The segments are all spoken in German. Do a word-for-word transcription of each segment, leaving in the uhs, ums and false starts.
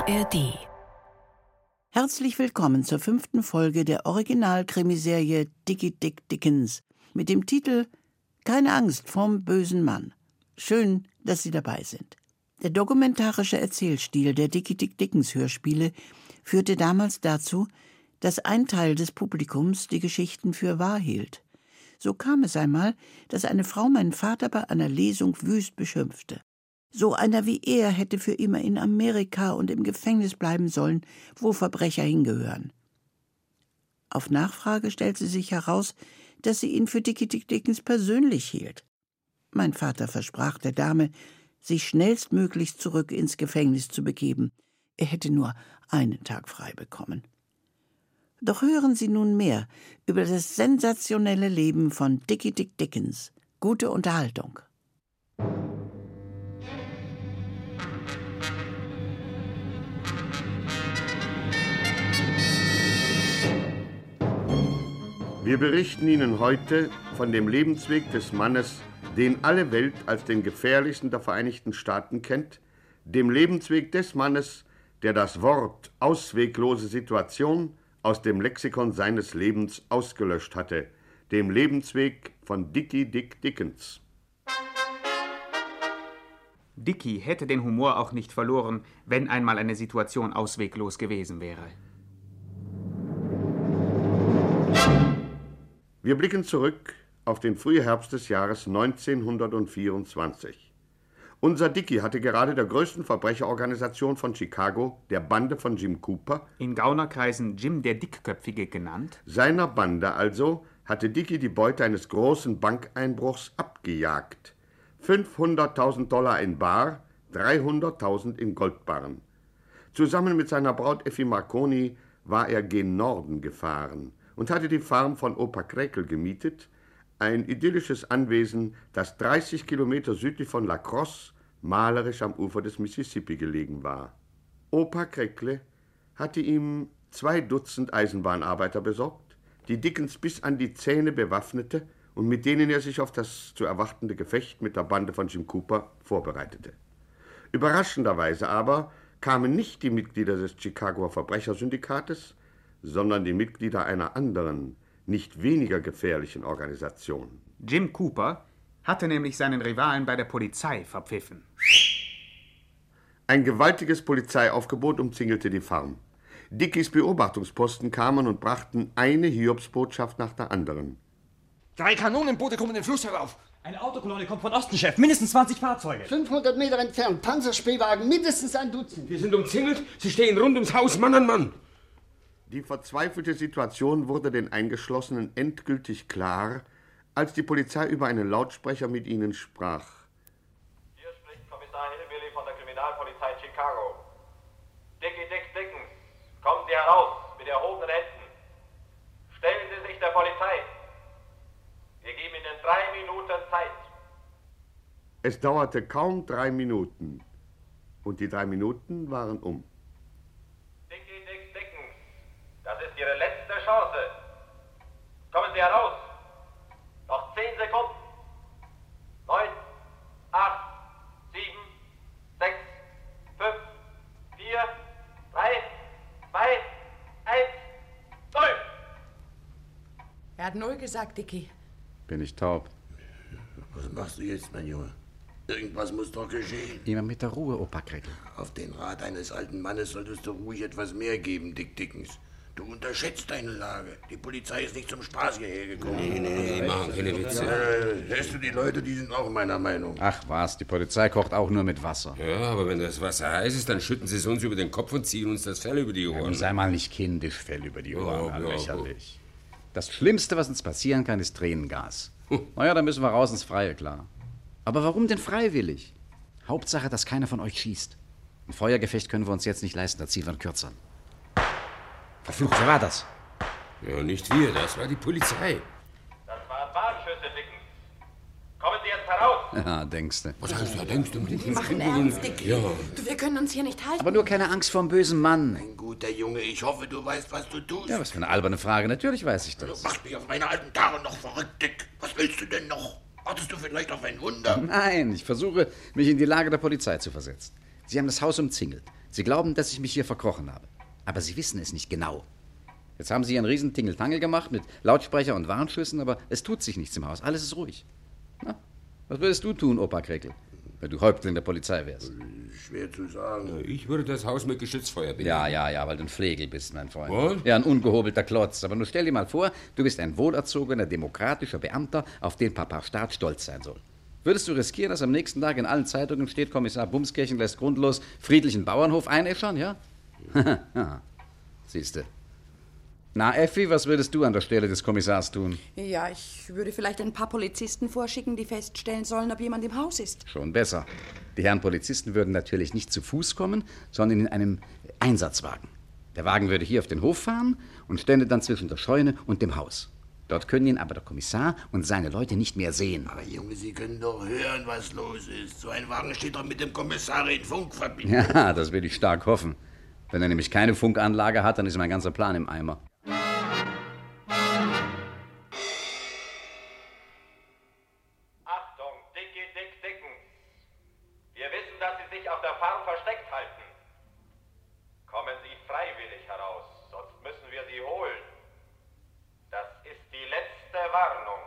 A R D. Herzlich willkommen zur fünften Folge der Original-Krimiserie Dickie Dick Dickens mit dem Titel Keine Angst vorm bösen Mann. Schön, dass Sie dabei sind. Der dokumentarische Erzählstil der Dickie Dick Dickens Hörspiele führte damals dazu, dass ein Teil des Publikums die Geschichten für wahr hielt. So kam es einmal, dass eine Frau meinen Vater bei einer Lesung wüst beschimpfte. So einer wie er hätte für immer in Amerika und im Gefängnis bleiben sollen, wo Verbrecher hingehören. Auf Nachfrage stellte sich heraus, dass sie ihn für Dickie Dick Dickens persönlich hielt. Mein Vater versprach der Dame, sich schnellstmöglich zurück ins Gefängnis zu begeben. Er hätte nur einen Tag frei bekommen. Doch hören Sie nun mehr über das sensationelle Leben von Dickie Dick Dickens. Gute Unterhaltung. Wir berichten Ihnen heute von dem Lebensweg des Mannes, den alle Welt als den gefährlichsten der Vereinigten Staaten kennt, dem Lebensweg des Mannes, der das Wort ausweglose Situation aus dem Lexikon seines Lebens ausgelöscht hatte, dem Lebensweg von Dickie Dick Dickens. Dickie hätte den Humor auch nicht verloren, wenn einmal eine Situation ausweglos gewesen wäre. Wir blicken zurück auf den Frühherbst des Jahres neunzehnhundertvierundzwanzig. Unser Dickie hatte gerade der größten Verbrecherorganisation von Chicago, der Bande von Jim Cooper, in Gaunerkreisen Jim der Dickköpfige genannt, seiner Bande also, hatte Dickie die Beute eines großen Bankeinbruchs abgejagt. fünfhunderttausend Dollar in bar, dreihunderttausend in Goldbarren. Zusammen mit seiner Braut Effie Marconi war er gen Norden gefahren und hatte die Farm von Opa Krekel gemietet, ein idyllisches Anwesen, das dreißig Kilometer südlich von La Crosse, malerisch am Ufer des Mississippi gelegen war. Opa Kreckle hatte ihm zwei Dutzend Eisenbahnarbeiter besorgt, die Dickens bis an die Zähne bewaffnete und mit denen er sich auf das zu erwartende Gefecht mit der Bande von Jim Cooper vorbereitete. Überraschenderweise aber kamen nicht die Mitglieder des Chicagoer Verbrechersyndikates, sondern die Mitglieder einer anderen, nicht weniger gefährlichen Organisation. Jim Cooper hatte nämlich seinen Rivalen bei der Polizei verpfiffen. Ein gewaltiges Polizeiaufgebot umzingelte die Farm. Dickies Beobachtungsposten kamen und brachten eine Hiobsbotschaft nach der anderen. Drei Kanonenboote kommen den Fluss herauf. Eine Autokolonne kommt von Osten, Chef. Mindestens zwanzig Fahrzeuge. fünfhundert Meter entfernt, Panzerspähwagen, mindestens ein Dutzend. Wir sind umzingelt, sie stehen rund ums Haus, Mann an Mann. Die verzweifelte Situation wurde den Eingeschlossenen endgültig klar, als die Polizei über einen Lautsprecher mit ihnen sprach. Hier spricht Kommissar Hillbilly von der Kriminalpolizei Chicago. Dickie Dick Dickens, kommen Sie heraus mit erhobenen Händen. Stellen Sie sich der Polizei. Wir geben Ihnen drei Minuten Zeit. Es dauerte kaum drei Minuten. Und die drei Minuten waren um. Dickie Dick Dickens, das ist Ihre letzte Chance. Kommen Sie heraus. Noch zehn Sekunden. Neun, acht, sieben, sechs, fünf, vier, drei, zwei, eins, null. Er hat null gesagt, Dickie. Bin ich taub. Was machst du jetzt, mein Junge? Irgendwas muss doch geschehen. Immer mit der Ruhe, Opa Krekel. Auf den Rat eines alten Mannes solltest du ruhig etwas mehr geben, Dick Dickens. Du unterschätzt deine Lage. Die Polizei ist nicht zum Spaß hierher gekommen. Nee, nee, nee, machen keine Witze. Äh, hörst du, die Leute, die sind auch meiner Meinung. Ach was, die Polizei kocht auch nur mit Wasser. Ja, aber wenn das Wasser heiß ist, dann schütten sie es uns über den Kopf und ziehen uns das Fell über die Ohren. Ja, sei mal nicht kindisch, Fell über die Ohren. Ja, Ja, ja, lächerlich. Das Schlimmste, was uns passieren kann, ist Tränengas. Naja, dann müssen wir raus ins Freie, klar. Aber warum denn freiwillig? Hauptsache, dass keiner von euch schießt. Ein Feuergefecht können wir uns jetzt nicht leisten, da ziehen wir einen Kürzeren. Verflucht, wer war das? Ja, nicht wir, das war die Polizei. Das waren Warnschüsse, Dickens. Kommen Sie jetzt heraus. Ja, denkst du. Was heißt da, denkst du? Die machen ernst, Dickie. Ja. Du, wir können uns hier nicht halten. Aber nur keine Angst vor dem bösen Mann. Mein guter Junge, ich hoffe, du weißt, was du tust. Ja, was für eine alberne Frage. Natürlich weiß ich das. Du machst mich auf meine alten Tage noch verrückt, Dick. Was willst du denn noch? Wartest du vielleicht auf ein Wunder? Nein, ich versuche, mich in die Lage der Polizei zu versetzen. Sie haben das Haus umzingelt. Sie glauben, dass ich mich hier verkrochen habe. Aber Sie wissen es nicht genau. Jetzt haben Sie hier einen riesen Tingeltangel gemacht mit Lautsprecher und Warnschüssen, aber es tut sich nichts im Haus. Alles ist ruhig. Na, was würdest du tun, Opa Kreckel, wenn du Häuptling der Polizei wärst? Schwer zu sagen. Ich würde das Haus mit Geschützfeuer belegen. Ja, ja, ja, weil du ein Flegel bist, mein Freund. Und? Ja, ein ungehobelter Klotz. Aber nur stell dir mal vor, du bist ein wohlerzogener, demokratischer Beamter, auf den Papa Staat stolz sein soll. Würdest du riskieren, dass am nächsten Tag in allen Zeitungen steht, Kommissar Bumskirchen lässt grundlos friedlichen Bauernhof einäschern, ja? Ja, siehste. Na, Effi, was würdest du an der Stelle des Kommissars tun? Ja, ich würde vielleicht ein paar Polizisten vorschicken, die feststellen sollen, ob jemand im Haus ist. Schon besser. Die Herren Polizisten würden natürlich nicht zu Fuß kommen, sondern in einem Einsatzwagen. Der Wagen würde hier auf den Hof fahren und stände dann zwischen der Scheune und dem Haus. Dort können ihn aber der Kommissar und seine Leute nicht mehr sehen. Aber Junge, Sie können doch hören, was los ist. So ein Wagen steht doch mit dem Kommissar in Funkverbindung. Ja, das will ich stark hoffen. Wenn er nämlich keine Funkanlage hat, dann ist mein ganzer Plan im Eimer. Achtung, Dickie Dick Dickens. Wir wissen, dass Sie sich auf der Farm versteckt halten. Kommen Sie freiwillig heraus, sonst müssen wir Sie holen. Das ist die letzte Warnung.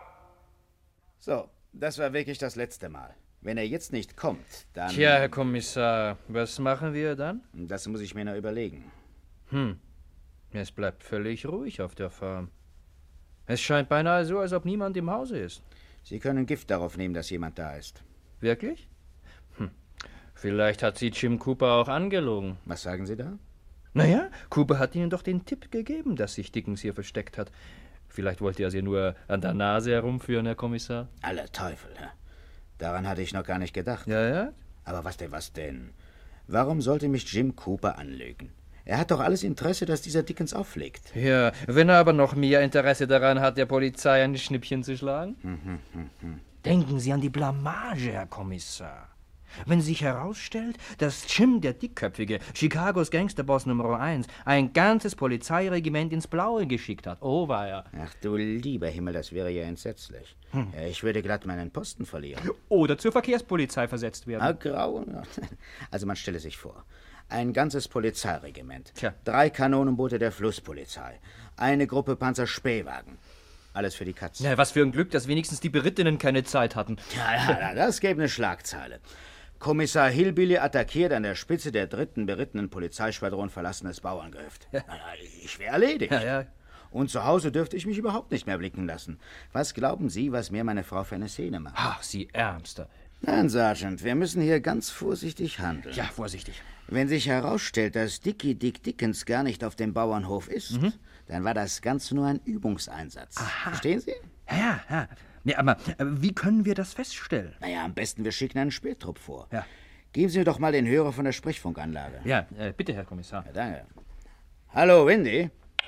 So, das war wirklich das letzte Mal. Wenn er jetzt nicht kommt, dann... Tja, Herr Kommissar, was machen wir dann? Das muss ich mir noch überlegen. Hm, es bleibt völlig ruhig auf der Farm. Es scheint beinahe so, als ob niemand im Hause ist. Sie können Gift darauf nehmen, dass jemand da ist. Wirklich? Hm. Vielleicht hat sie Jim Cooper auch angelogen. Was sagen Sie da? Naja, Cooper hat Ihnen doch den Tipp gegeben, dass sich Dickens hier versteckt hat. Vielleicht wollte er sie nur an der Nase herumführen, Herr Kommissar. Aller Teufel, ja. Daran hatte ich noch gar nicht gedacht. Ja, ja? Aber was denn, was denn? Warum sollte mich Jim Cooper anlügen? Er hat doch alles Interesse, dass dieser Dickens auffliegt. Ja, wenn er aber noch mehr Interesse daran hat, der Polizei ein Schnippchen zu schlagen? Hm, hm, hm, hm. Denken Sie an die Blamage, Herr Kommissar. Wenn sich herausstellt, dass Jim, der Dickköpfige, Chicagos Gangsterboss Nummer eins, ein ganzes Polizeiregiment ins Blaue geschickt hat. Oh, war er. Ach du lieber Himmel, das wäre ja entsetzlich. Hm. Ja, ich würde glatt meinen Posten verlieren. Oder zur Verkehrspolizei versetzt werden. Ah, grau. Also man stelle sich vor. Ein ganzes Polizeiregiment. Tja. Drei Kanonenboote der Flusspolizei. Eine Gruppe Panzerspähwagen. Alles für die Katz. Ja, was für ein Glück, dass wenigstens die Berittenen keine Zeit hatten. Ja, ja, das gäbe eine Schlagzeile. Kommissar Hillbilly attackiert an der Spitze der dritten berittenen Polizeischwadron verlassenes Bauerngehöft. Ja. Ich wäre erledigt. Ja, ja. Und zu Hause dürfte ich mich überhaupt nicht mehr blicken lassen. Was glauben Sie, was mir meine Frau für eine Szene macht? Ach, Sie Ärmster. Nein, Sergeant, wir müssen hier ganz vorsichtig handeln. Ja, vorsichtig. Wenn sich herausstellt, dass Dickie Dick Dickens gar nicht auf dem Bauernhof ist, mhm. dann war das Ganze nur ein Übungseinsatz. Aha. Verstehen Sie? Ja, ja. Ja, aber, aber wie können wir das feststellen? Naja, am besten wir schicken einen Spähtrupp vor. Ja. Geben Sie mir doch mal den Hörer von der Sprechfunkanlage. Ja, äh, bitte, Herr Kommissar. Ja, danke. Hallo, Windy?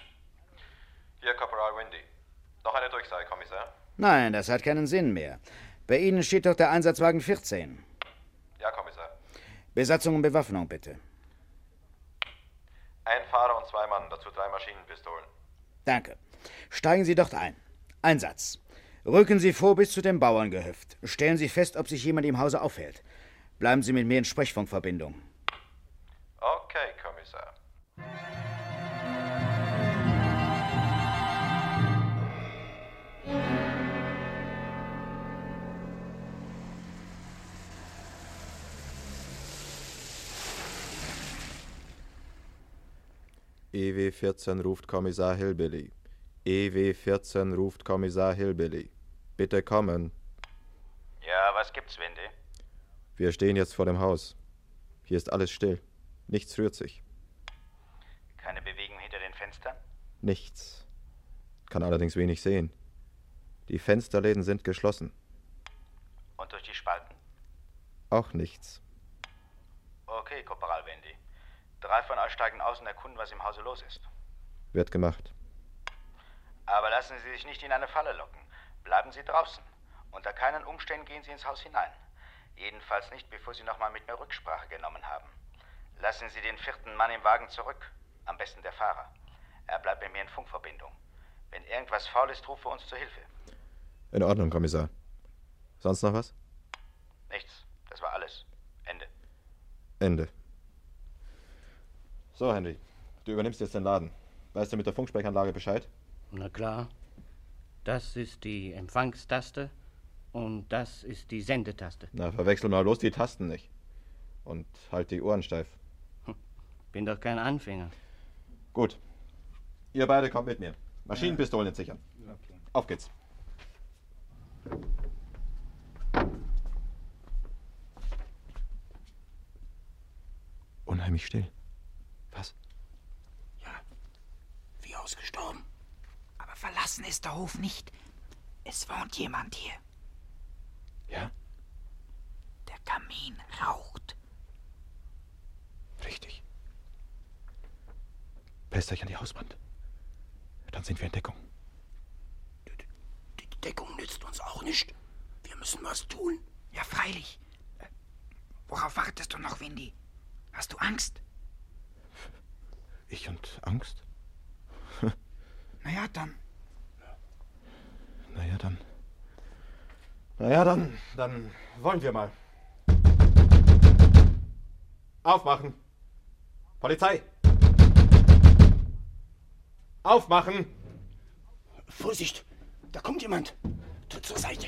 Hier, Korporal Windy. Noch eine Durchsage, Kommissar? Nein, das hat keinen Sinn mehr. Bei Ihnen steht doch der Einsatzwagen vierzehn. Ja, Kommissar. Besatzung und Bewaffnung, bitte. Ein Fahrer und zwei Mann, dazu drei Maschinenpistolen. Danke. Steigen Sie dort ein. Einsatz. Rücken Sie vor bis zu dem Bauerngehöft. Stellen Sie fest, ob sich jemand im Hause aufhält. Bleiben Sie mit mir in Sprechfunkverbindung. Okay, Kommissar. E W vierzehn ruft Kommissar Hillbilly. E W vierzehn ruft Kommissar Hillbilly. Bitte kommen. Ja, was gibt's, Windy? Wir stehen jetzt vor dem Haus. Hier ist alles still. Nichts rührt sich. Keine Bewegung hinter den Fenstern? Nichts. Kann allerdings wenig sehen. Die Fensterläden sind geschlossen. Und durch die Spalten? Auch nichts. Okay, Korporal Windy. Drei von euch steigen aus und erkunden, was im Hause los ist. Wird gemacht. Aber lassen Sie sich nicht in eine Falle locken. Bleiben Sie draußen. Unter keinen Umständen gehen Sie ins Haus hinein. Jedenfalls nicht, bevor Sie nochmal mit mir Rücksprache genommen haben. Lassen Sie den vierten Mann im Wagen zurück. Am besten der Fahrer. Er bleibt mit mir in Funkverbindung. Wenn irgendwas faul ist, rufe uns zur Hilfe. In Ordnung, Kommissar. Sonst noch was? Nichts. Das war alles. Ende. Ende. So, Henry, du übernimmst jetzt den Laden. Weißt du mit der Funksprechanlage Bescheid? Na klar. Das ist die Empfangstaste und das ist die Sendetaste. Na, verwechsel mal bloß die Tasten nicht. Und halt die Ohren steif. Bin doch kein Anfänger. Gut. Ihr beide kommt mit mir. Maschinenpistolen jetzt sichern. Okay. Auf geht's. Unheimlich still. Was? Ja, wie ausgestorben. Aber verlassen ist der Hof nicht. Es wohnt jemand hier. Ja? Der Kamin raucht. Richtig. Presst euch an die Hauswand. Dann sind wir in Deckung. Die Deckung nützt uns auch nicht. Wir müssen was tun. Ja, freilich. Äh, worauf wartest du noch, Windy? Hast du Angst? Ich und Angst? Naja, dann. Naja, dann. Naja, dann. Dann wollen wir mal. Aufmachen! Polizei! Aufmachen! Vorsicht! Da kommt jemand! Tritt zur Seite!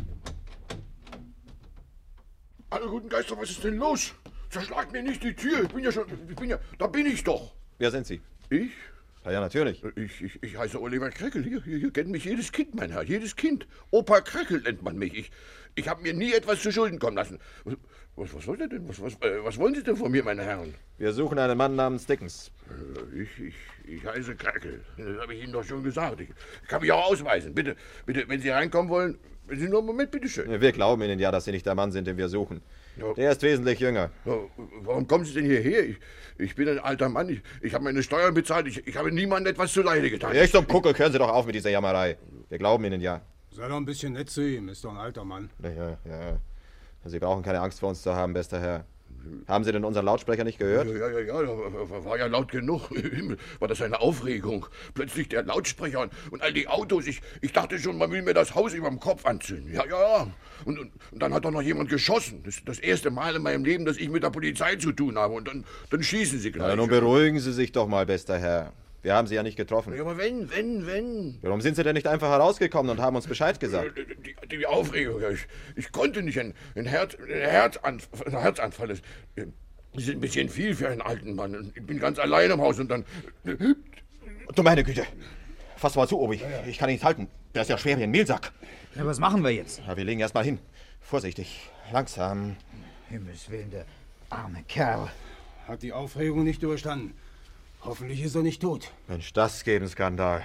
Alle guten Geister, was ist denn los? Zerschlagt mir nicht die Tür. Ich bin ja schon. Ich bin ja. Da bin ich doch. Wer sind Sie? Ich? Ja, ja, natürlich. Ich, ich, ich heiße Oliver Kreckel. Hier, hier, hier kennt mich jedes Kind, mein Herr. Jedes Kind. Opa Kreckel nennt man mich. Ich, ich habe mir nie etwas zu Schulden kommen lassen. Was, was, was wollt ihr denn? Was, was, äh, was wollen Sie denn von mir, meine Herren? Wir suchen einen Mann namens Dickens. Äh, ich, ich, ich heiße Kreckel. Das habe ich Ihnen doch schon gesagt. Ich, ich kann mich auch ausweisen. Bitte, bitte, wenn Sie reinkommen wollen, wenn Sie nur einen Moment, bitteschön. Wir glauben Ihnen ja, dass Sie nicht der Mann sind, den wir suchen. Ja. Der ist wesentlich jünger. Ja, warum kommen Sie denn hierher? Ich, ich bin ein alter Mann. Ich, ich habe meine Steuern bezahlt. Ich, ich habe niemandem etwas zuleide getan. Echt zum Kuckuck, hören Sie doch auf mit dieser Jammerei. Wir glauben Ihnen ja. Sei doch ein bisschen nett zu ihm, ist doch ein alter Mann. Ja, ja, ja. Sie brauchen keine Angst vor uns zu haben, bester Herr. Haben Sie denn unseren Lautsprecher nicht gehört? Ja, ja, ja, ja, war ja laut genug. War das eine Aufregung? Plötzlich der Lautsprecher und, und all die Autos. Ich, ich dachte schon, man will mir das Haus über dem Kopf anzünden. Ja, ja, ja. Und, und, und dann hat doch noch jemand geschossen. Das ist das erste Mal in meinem Leben, dass ich mit der Polizei zu tun habe. Und dann, dann schießen sie gleich. Na, nun beruhigen Sie sich doch mal, bester Herr. Wir haben Sie ja nicht getroffen. Ja, aber wenn, wenn, wenn... Warum sind Sie denn nicht einfach herausgekommen und haben uns Bescheid gesagt? Die, die, die Aufregung, ja, ich, ich konnte nicht. Ein, ein, Herz, ein, Herzanf ein Herzanfall ist, ist ein bisschen viel für einen alten Mann. Ich bin ganz allein im Haus und dann... Du meine Güte. Fass mal zu, Obi. Ich kann ihn nicht halten. Der ist ja schwer wie ein Mehlsack. Ja, was machen wir jetzt? Ja, wir legen erst mal hin. Vorsichtig. Langsam. Himmels Willen, der arme Kerl. Hat die Aufregung nicht überstanden. Hoffentlich ist er nicht tot. Mensch, das geht ein Skandal.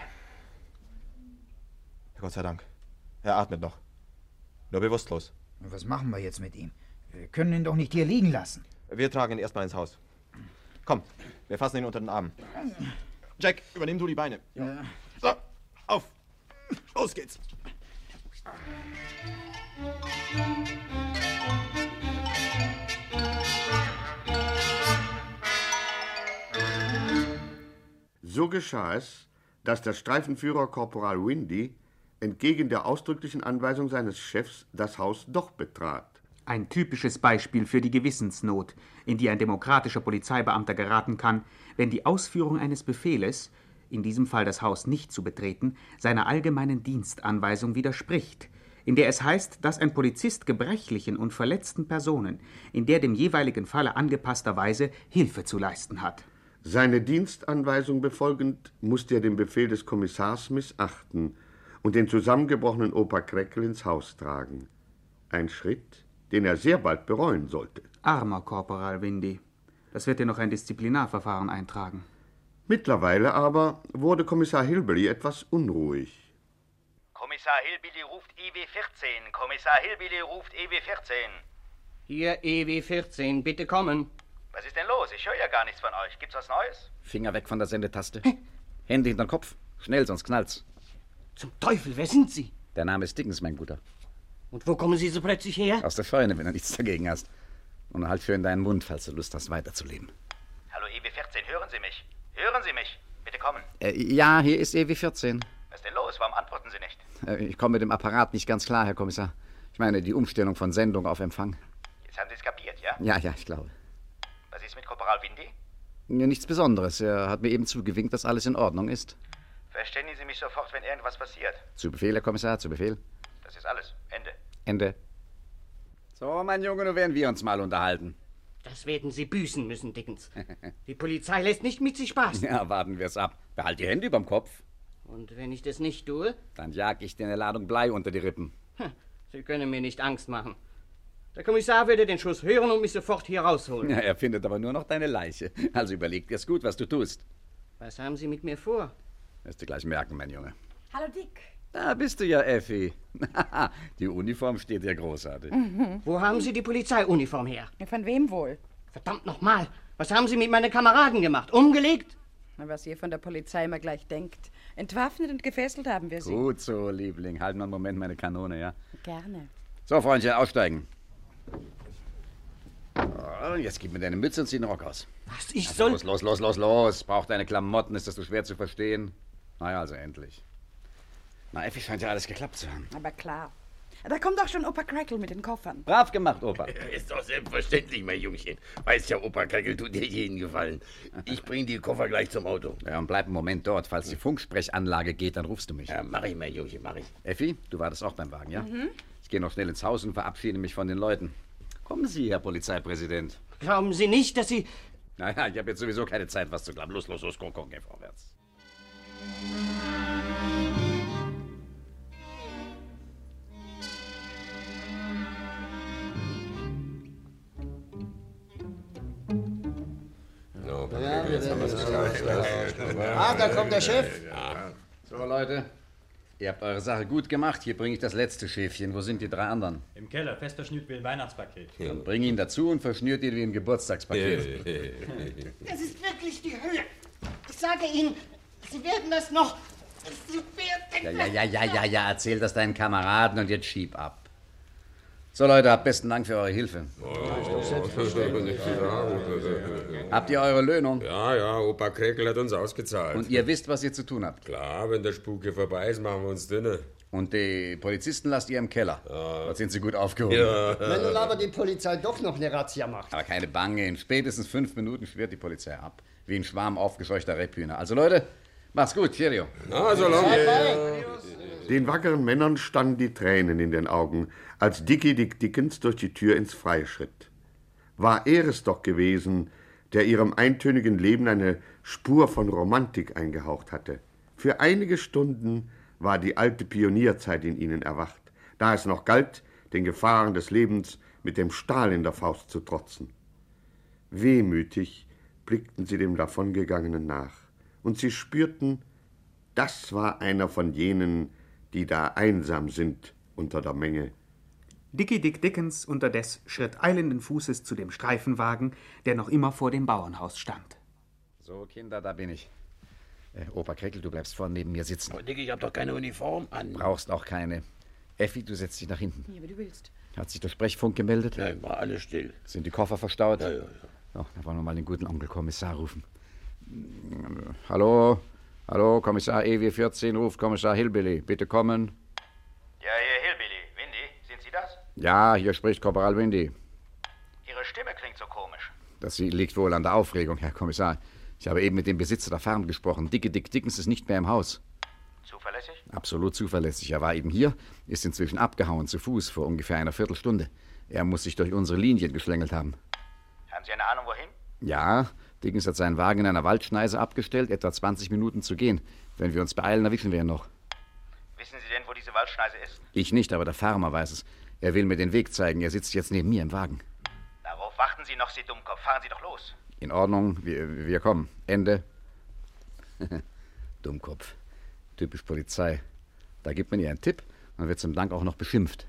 Gott sei Dank. Er atmet noch. Nur bewusstlos. Was machen wir jetzt mit ihm? Wir können ihn doch nicht hier liegen lassen. Wir tragen ihn erstmal ins Haus. Komm, wir fassen ihn unter den Arm. Jack, übernimm du die Beine. Ja. So, auf. Los geht's. So geschah es, dass der Streifenführer Korporal Windy entgegen der ausdrücklichen Anweisung seines Chefs das Haus doch betrat. Ein typisches Beispiel für die Gewissensnot, in die ein demokratischer Polizeibeamter geraten kann, wenn die Ausführung eines Befehles, in diesem Fall das Haus nicht zu betreten, seiner allgemeinen Dienstanweisung widerspricht, in der es heißt, dass ein Polizist gebrechlichen und verletzten Personen in der dem jeweiligen Falle angepasster Weise Hilfe zu leisten hat. Seine Dienstanweisung befolgend musste er den Befehl des Kommissars missachten und den zusammengebrochenen Opa Kreckel ins Haus tragen. Ein Schritt, den er sehr bald bereuen sollte. Armer Korporal Windy. Das wird dir noch ein Disziplinarverfahren eintragen. Mittlerweile aber wurde Kommissar Hillbilly etwas unruhig. Kommissar Hillbilly ruft E W vierzehn. Kommissar Hillbilly ruft E W vierzehn. Hier E W vierzehn, bitte kommen. Was ist denn los? Ich höre ja gar nichts von euch. Gibt's was Neues? Finger weg von der Sendetaste. Hände hinterm Kopf. Schnell, sonst knallt's. Zum Teufel, wer sind Sie? Der Name ist Dickens, mein Guter. Und wo kommen Sie so plötzlich her? Aus der Feuerne, wenn du nichts dagegen hast. Und halt für in deinen Mund, falls du Lust hast, weiterzuleben. Hallo E W vierzehn, hören Sie mich? Hören Sie mich? Bitte kommen. Äh, ja, hier ist E W vierzehn. Was ist denn los? Warum antworten Sie nicht? Äh, ich komme mit dem Apparat nicht ganz klar, Herr Kommissar. Ich meine, die Umstellung von Sendung auf Empfang. Jetzt haben Sie es kapiert, ja? Ja, ja, ich glaube. Was ist mit Korporal Windy? Ja, nichts Besonderes. Er hat mir eben zugewinkt, dass alles in Ordnung ist. Verständigen Sie mich sofort, wenn irgendwas passiert. Zu Befehl, Herr Kommissar, zu Befehl. Das ist alles. Ende. Ende. So, mein Junge, nun werden wir uns mal unterhalten. Das werden Sie büßen müssen, Dickens. Die Polizei lässt nicht mit sich spaßen. Ja, warten wir es ab. Behalt die Hände überm Kopf. Und wenn ich das nicht tue? Dann jag ich dir eine Ladung Blei unter die Rippen. Hm, Sie können mir nicht Angst machen. Der Kommissar würde den Schuss hören und mich sofort hier rausholen. Ja, er findet aber nur noch deine Leiche. Also überleg dir's gut, was du tust. Was haben Sie mit mir vor? Wirst du gleich merken, mein Junge. Hallo, Dick. Da bist du ja, Effi. Die Uniform steht dir großartig. Mhm. Wo haben Sie die Polizeiuniform her? Von wem wohl? Verdammt nochmal. Was haben Sie mit meinen Kameraden gemacht? Umgelegt? Na, was ihr von der Polizei immer gleich denkt. Entwaffnet und gefesselt haben wir sie. Gut so, Liebling. Halt mal einen Moment meine Kanone, ja? Gerne. So, Freundchen, aussteigen. Oh, jetzt gib mir deine Mütze und zieh den Rock aus. Was, ich also soll... Los, los, los, los, los. Brauch deine Klamotten. Ist das so schwer zu verstehen? Na ja, also endlich. Na, Effi, scheint ja alles geklappt zu haben. Aber klar. Da kommt doch schon Opa Crackle mit den Koffern. Brav gemacht, Opa. Ist doch selbstverständlich, mein Jungchen. Weiß ja, Opa Crackle tut dir jeden Gefallen. Ich bring die Koffer gleich zum Auto. Ja, und bleib einen Moment dort. Falls die Funksprechanlage geht, dann rufst du mich. Ja, mach ich, mein Jungchen, mach ich. Effi, du wartest auch beim Wagen, ja? Mhm. Ich gehe noch schnell ins Haus und verabschiede mich von den Leuten. Kommen Sie, Herr Polizeipräsident. Glauben Sie nicht, dass Sie... Naja, ich habe jetzt sowieso keine Zeit, was zu glauben. Los, los, los, komm, komm, geh vorwärts. Ah, da kommt der Chef. So, Leute. Ihr habt eure Sache gut gemacht. Hier bringe ich das letzte Schäfchen. Wo sind die drei anderen? Im Keller, fester Schnitt wie ein Weihnachtspaket. Dann bring ihn dazu und verschnürt ihn wie ein Geburtstagspaket. Das ist wirklich die Höhe. Ich sage Ihnen, Sie werden das noch... Sie werden... Ja, ja, ja, ja, ja, ja. Erzähl das deinen Kameraden und jetzt schieb ab. So, Leute, habt besten Dank für eure Hilfe. Habt ihr eure Löhnung? Ja, ja, Opa Kreckel hat uns ausgezahlt. Und ihr wisst, was ihr zu tun habt? Klar, wenn der Spuk hier vorbei ist, machen wir uns dünne. Und die Polizisten lasst ihr im Keller. Ja. Dort sind sie gut aufgehoben. Ja. Wenn nun aber die Polizei doch noch eine Razzia macht. Aber keine Bange, in spätestens fünf Minuten schwirrt die Polizei ab. Wie ein Schwarm aufgescheuchter Rebhühner. Also Leute, macht's gut, cheerio. Na, so lange. Den wackeren Männern standen die Tränen in den Augen, als Dickie Dick Dickens durch die Tür ins Freie schritt. War er es doch gewesen, der ihrem eintönigen Leben eine Spur von Romantik eingehaucht hatte. Für einige Stunden war die alte Pionierzeit in ihnen erwacht, da es noch galt, den Gefahren des Lebens mit dem Stahl in der Faust zu trotzen. Wehmütig blickten sie dem Davongegangenen nach, und sie spürten, das war einer von jenen, die da einsam sind unter der Menge. Dickie Dick Dickens unterdes schritt eilenden Fußes zu dem Streifenwagen, der noch immer vor dem Bauernhaus stand. So, Kinder, da bin ich. Äh, Opa Kreckel, du bleibst vorne neben mir sitzen. Oh, Dick, ich hab doch keine Uniform an. Brauchst auch keine. Effi, du setzt dich nach hinten. Ja, wie du willst. Hat sich der Sprechfunk gemeldet? Nein, war alles still. Sind die Koffer verstaut? Ja, ja, ja. So, dann wollen wir mal den guten Onkel Kommissar rufen. Hallo? Hallo, Kommissar E W vierzehn ruft Kommissar Hillbilly. Bitte kommen. Ja, hier Hillbilly. Windy, sind Sie das? Ja, hier spricht Korporal Windy. Ihre Stimme klingt so komisch. Das liegt wohl an der Aufregung, Herr Kommissar. Ich habe eben mit dem Besitzer der Farm gesprochen. Dickie Dick Dickens ist nicht mehr im Haus. Zuverlässig? Absolut zuverlässig. Er war eben hier, ist inzwischen abgehauen zu Fuß vor ungefähr einer Viertelstunde. Er muss sich durch unsere Linien geschlängelt haben. Haben Sie eine Ahnung, wohin? Ja, Dickens hat seinen Wagen in einer Waldschneise abgestellt, etwa zwanzig Minuten zu gehen. Wenn wir uns beeilen, erwischen wir ihn noch. Wissen Sie denn, wo diese Waldschneise ist? Ich nicht, aber der Farmer weiß es. Er will mir den Weg zeigen. Er sitzt jetzt neben mir im Wagen. Darauf warten Sie noch, Sie Dummkopf. Fahren Sie doch los. In Ordnung, wir, wir kommen. Ende. Dummkopf. Typisch Polizei. Da gibt man ihr einen Tipp und wird zum Dank auch noch beschimpft.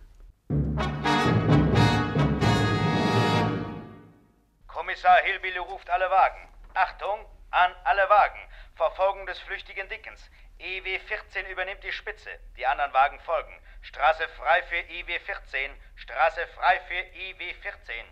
Kommissar Hillbilly ruft alle Wagen. Achtung, an alle Wagen. Verfolgung des flüchtigen Dickens. E W vierzehn übernimmt die Spitze. Die anderen Wagen folgen. Straße frei für E W vierzehn. Straße frei für E W vierzehn.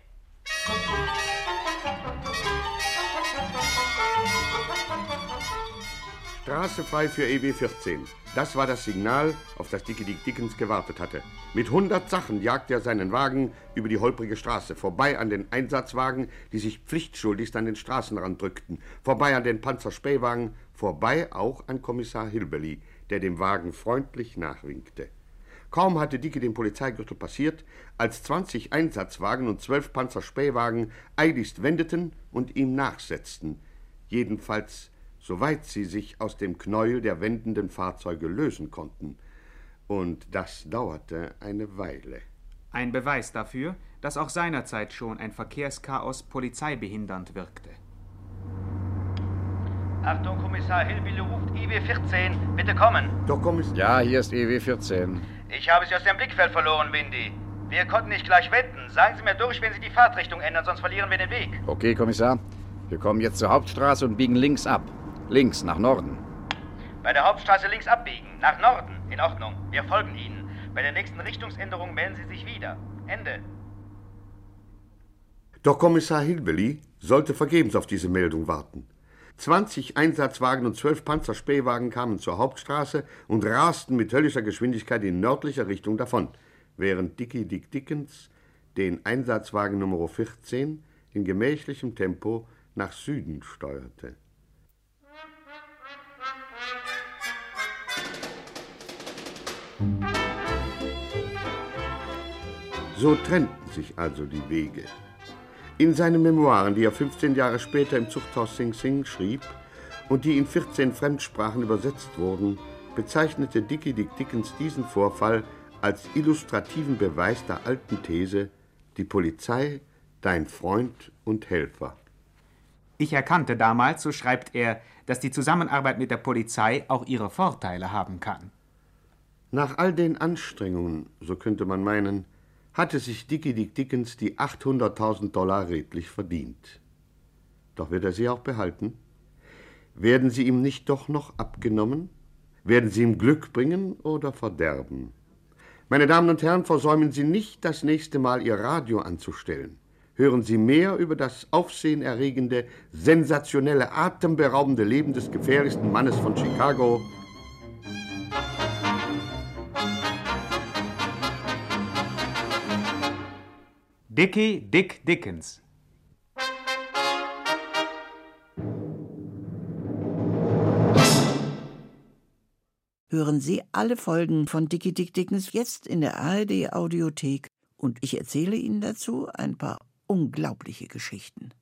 Straße frei für E W vierzehn. Das war das Signal, auf das Dickie Dick Dickens gewartet hatte. Mit hundert Sachen jagte er seinen Wagen über die holprige Straße, vorbei an den Einsatzwagen, die sich pflichtschuldigst an den Straßenrand drückten, vorbei an den Panzerspähwagen, vorbei auch an Kommissar Hilbely, der dem Wagen freundlich nachwinkte. Kaum hatte Dickie den Polizeigürtel passiert, als zwanzig Einsatzwagen und zwölf Panzerspähwagen eiligst wendeten und ihm nachsetzten. Jedenfalls, soweit sie sich aus dem Knäuel der wendenden Fahrzeuge lösen konnten. Und das dauerte eine Weile. Ein Beweis dafür, dass auch seinerzeit schon ein Verkehrschaos polizeibehindernd wirkte. Achtung, Kommissar Hilbely ruft I W vierzehn. Bitte kommen. Doch, Kommissar. Ja, hier ist E W vierzehn. Ich habe Sie aus dem Blickfeld verloren, Windy. Wir konnten nicht gleich wenden. Sagen Sie mir durch, wenn Sie die Fahrtrichtung ändern, sonst verlieren wir den Weg. Okay, Kommissar. Wir kommen jetzt zur Hauptstraße und biegen links ab. Links, nach Norden. Bei der Hauptstraße links abbiegen. Nach Norden. In Ordnung. Wir folgen Ihnen. Bei der nächsten Richtungsänderung melden Sie sich wieder. Ende. Doch Kommissar Hilbely sollte vergebens auf diese Meldung warten. zwanzig Einsatzwagen und zwölf Panzerspähwagen kamen zur Hauptstraße und rasten mit höllischer Geschwindigkeit in nördlicher Richtung davon, während Dickie Dick Dickens den Einsatzwagen Nummer vierzehn in gemächlichem Tempo nach Süden steuerte. So trennten sich also die Wege. In seinen Memoiren, die er fünfzehn Jahre später im Zuchthaus Sing Sing schrieb und die in vierzehn Fremdsprachen übersetzt wurden, bezeichnete Dickie Dick Dickens diesen Vorfall als illustrativen Beweis der alten These, die Polizei, dein Freund und Helfer. Ich erkannte damals, so schreibt er, dass die Zusammenarbeit mit der Polizei auch ihre Vorteile haben kann. Nach all den Anstrengungen, so könnte man meinen, hatte sich Dickie Dick Dickens die achthunderttausend Dollar redlich verdient. Doch wird er sie auch behalten? Werden sie ihm nicht doch noch abgenommen? Werden sie ihm Glück bringen oder Verderben? Meine Damen und Herren, versäumen Sie nicht, das nächste Mal Ihr Radio anzustellen. Hören Sie mehr über das aufsehenerregende, sensationelle, atemberaubende Leben des gefährlichsten Mannes von Chicago. Dickie Dick Dickens. Hören Sie alle Folgen von Dickie Dick Dickens jetzt in der A R D Audiothek und ich erzähle Ihnen dazu ein paar unglaubliche Geschichten.